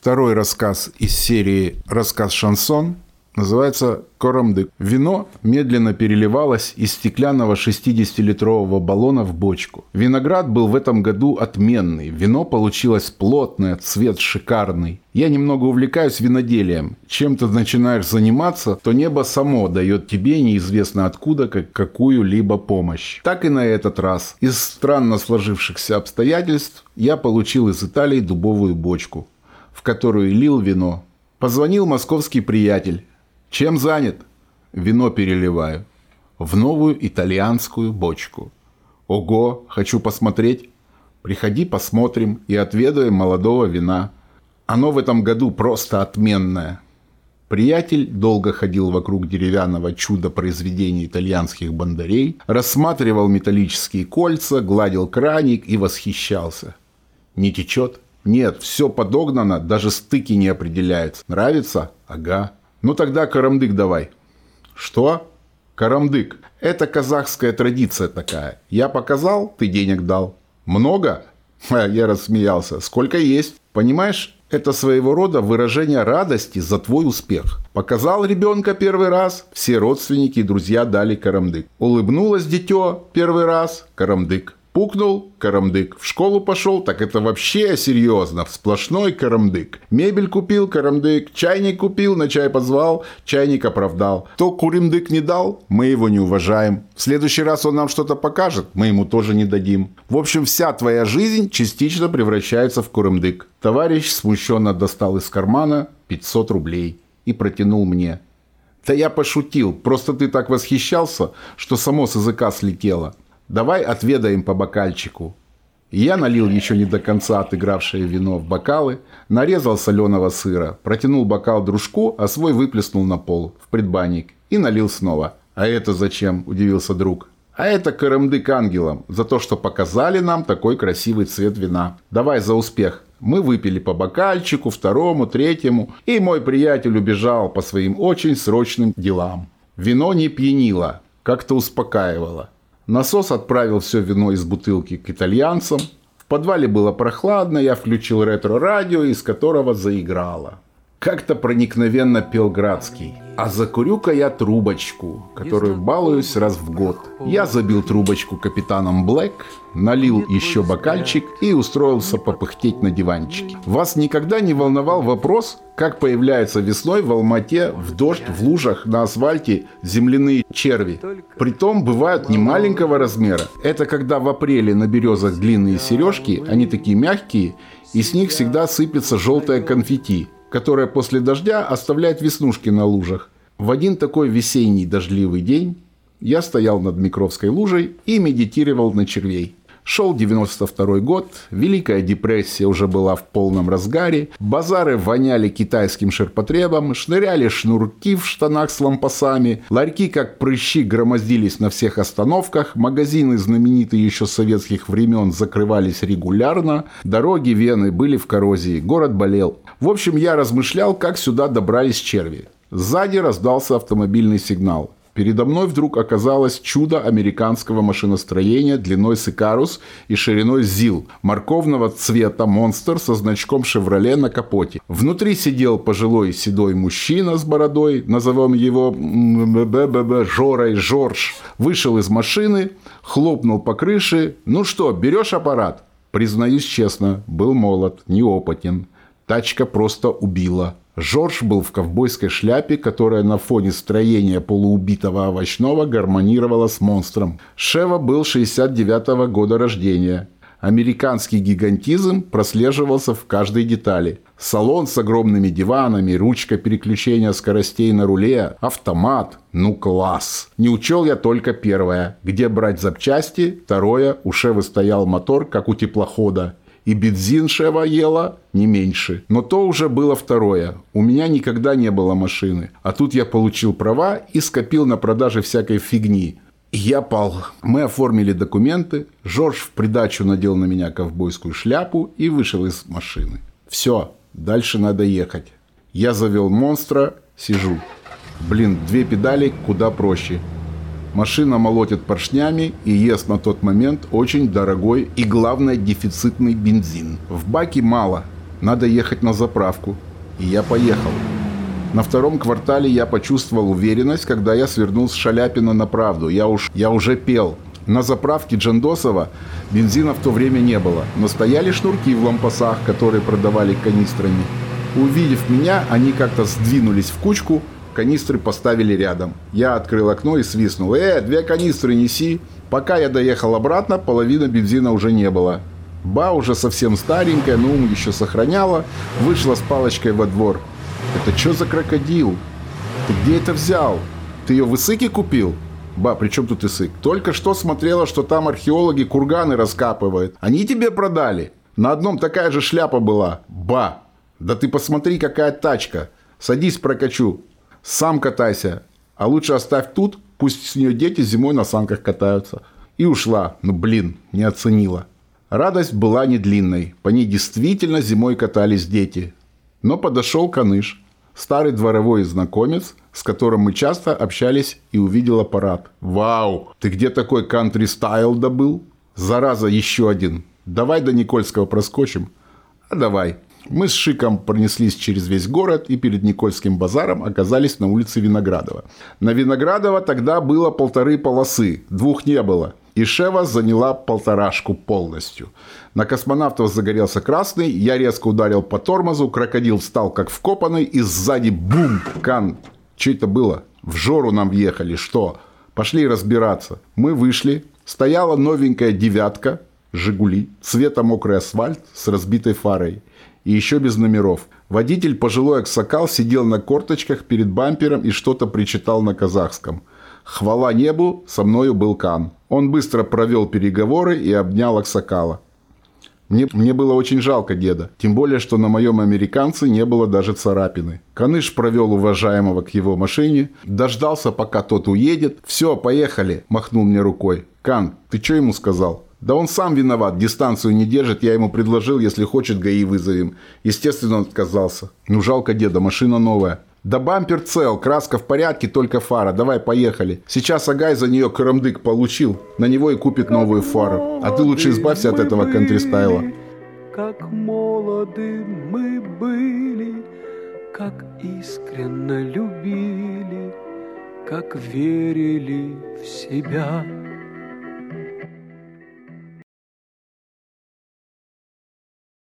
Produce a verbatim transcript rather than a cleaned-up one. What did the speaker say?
Второй рассказ из серии «Рассказ-шансон» называется «Коромдык». Вино медленно переливалось из стеклянного шестидесятилитрового баллона в бочку. Виноград был в этом году отменный. Вино получилось плотное, цвет шикарный. Я немного увлекаюсь виноделием. Чем ты начинаешь заниматься, то небо само дает тебе неизвестно откуда как какую-либо помощь. Так и на этот раз. Из странно сложившихся обстоятельств я получил из Италии дубовую бочку, в которую лил вино. Позвонил московский приятель. Чем занят? Вино переливаю. В новую итальянскую бочку. Ого, хочу посмотреть. Приходи, посмотрим и отведаем молодого вина. Оно в этом году просто отменное. Приятель долго ходил вокруг деревянного чудо-произведения итальянских бандарей, рассматривал металлические кольца, гладил краник и восхищался. Не течет? Нет, все подогнано, даже стыки не определяются. Нравится? Ага. Ну тогда коромдык давай. Что? Коромдык. Это казахская традиция такая. Я показал, ты денег дал. Много? Ха, я рассмеялся. Сколько есть? Понимаешь, это своего рода выражение радости за твой успех. Показал ребенка первый раз, все родственники и друзья дали коромдык. Улыбнулось дитё первый раз, коромдык. Пукнул – коромдык. В школу пошел, так это вообще серьезно. Сплошной коромдык. Мебель купил – коромдык. Чайник купил, на чай позвал, чайник оправдал. Кто куримдык не дал, мы его не уважаем. В следующий раз он нам что-то покажет, мы ему тоже не дадим. В общем, вся твоя жизнь частично превращается в куримдык. Товарищ смущенно достал из кармана пятьсот рублей и протянул мне. Да я пошутил, просто ты так восхищался, что само с языка слетело. Давай отведаем по бокальчику. Я налил еще не до конца отыгравшее вино в бокалы, нарезал соленого сыра, протянул бокал дружку, а свой выплеснул на пол, в предбанник, и налил снова. А это зачем? Удивился друг. А это коромдык ангелам, за то, что показали нам такой красивый цвет вина. Давай за успех. Мы выпили по бокальчику, второму, третьему, и мой приятель убежал по своим очень срочным делам. Вино не пьянило, как-то успокаивало. Насос отправил все вино из бутылки к итальянцам. В подвале было прохладно, я включил ретро-радио, из которого заиграло. Как-то проникновенно пел Градский. А закурю-ка я трубочку, которую балуюсь раз в год. Я забил трубочку капитаном Блэк, налил еще бокальчик и устроился попыхтеть на диванчике. Вас никогда не волновал вопрос, как появляются весной в Алмате в дождь, в лужах, на асфальте земляные черви? Притом бывают не маленького размера. Это когда в апреле на березах длинные сережки, они такие мягкие, и с них всегда сыпется желтое конфетти, которая после дождя оставляет веснушки на лужах. В один такой весенний дождливый день я стоял над Микровской лужей и медитировал на червей. Шел девяносто второй год, Великая депрессия уже была в полном разгаре, базары воняли китайским ширпотребом, шныряли шнурки в штанах с лампасами, ларьки как прыщи громоздились на всех остановках, магазины, знаменитые еще с советских времен, закрывались регулярно, дороги Вены были в коррозии, город болел. В общем, я размышлял, как сюда добрались черви. Сзади раздался автомобильный сигнал. Передо мной вдруг оказалось чудо американского машиностроения длиной с Икарус и шириной ЗИЛ, морковного цвета монстр со значком «Шевроле» на капоте. Внутри сидел пожилой седой мужчина с бородой, назовем его Жорой Жорж, вышел из машины, хлопнул по крыше. «Ну что, берешь аппарат?» Признаюсь честно, был молод, неопытен. Тачка просто убила. Жорж был в ковбойской шляпе, которая на фоне строения полуубитого овощного гармонировала с монстром. Шева был шестьдесят девятого года рождения. Американский гигантизм прослеживался в каждой детали. Салон с огромными диванами, ручка переключения скоростей на руле, автомат. Ну класс! Не учел я только первое. Где брать запчасти? Второе. У Шевы стоял мотор, как у теплохода. И бензин Шева ела не меньше. Но то уже было второе. У меня никогда не было машины. А тут я получил права и скопил на продаже всякой фигни. И я пал. Мы оформили документы. Жорж в придачу надел на меня ковбойскую шляпу и вышел из машины. Все, дальше надо ехать. Я завел монстра, сижу. Блин, две педали куда проще. Машина молотит поршнями и ест на тот момент очень дорогой и, главное, дефицитный бензин. В баке мало. надо ехать на заправку. И я поехал. На втором квартале я почувствовал уверенность, когда я свернул с Шаляпина на правду. Я, уж, я уже пел. На заправке Джандосова бензина в то время не было, но стояли шнурки в лампасах, которые продавали канистрами. Увидев меня, они как-то сдвинулись в кучку, канистры поставили рядом. Я открыл окно и свистнул: «Э, две канистры неси!» Пока я доехал обратно, половины бензина уже не было. Ба, уже совсем старенькая, но ум еще сохраняла, вышла с палочкой во двор. «Это что за крокодил? Ты где это взял? Ты ее в Исыке купил?» «Ба, при чем тут Исык? Только что смотрела, что там археологи курганы раскапывают. Они тебе продали? На одном такая же шляпа была. Ба, да ты посмотри, какая тачка. Садись, прокачу. Сам катайся. А лучше оставь тут, пусть с нее дети зимой на санках катаются». И ушла. Ну блин, не оценила. Радость была не длинной. По ней действительно зимой катались дети. Но подошел Каныш, старый дворовой знакомец, с которым мы часто общались, и увидел аппарат. «Вау! Ты где такой кантри-стайл добыл?» «Зараза, еще один. Давай до Никольского проскочим». «А давай». Мы с Шиком пронеслись через весь город и перед Никольским базаром оказались на улице Виноградова. На Виноградова тогда было полторы полосы, двух не было. И Шева заняла полторашку полностью. На космонавтов загорелся красный, я резко ударил по тормозу, крокодил встал как вкопанный и сзади бум! Кан, что это было? В Жору нам въехали, что? Пошли разбираться. Мы вышли, стояла новенькая девятка, Жигули, цвета мокрый асфальт с разбитой фарой. И еще без номеров. Водитель, пожилой аксакал, сидел на корточках перед бампером и что-то причитал на казахском. Хвала небу, со мною был Кан. Он быстро провел переговоры и обнял аксакала. Мне, мне было очень жалко деда. Тем более, что на моем американце не было даже царапины. Каныш провел уважаемого к его машине. Дождался, пока тот уедет. «Все, поехали», махнул мне рукой. «Кан, ты что ему сказал?» «Да он сам виноват, дистанцию не держит, я ему предложил, если хочет, ГАИ вызовем». Естественно, он отказался. «Ну, жалко деда, машина новая». «Да бампер цел, краска в порядке, только фара, давай поехали. Сейчас Агай за нее карамдык получил, на него и купит новую фару. А ты лучше избавься от этого кантри-стайла». Как молоды мы были, как искренне любили, как верили в себя.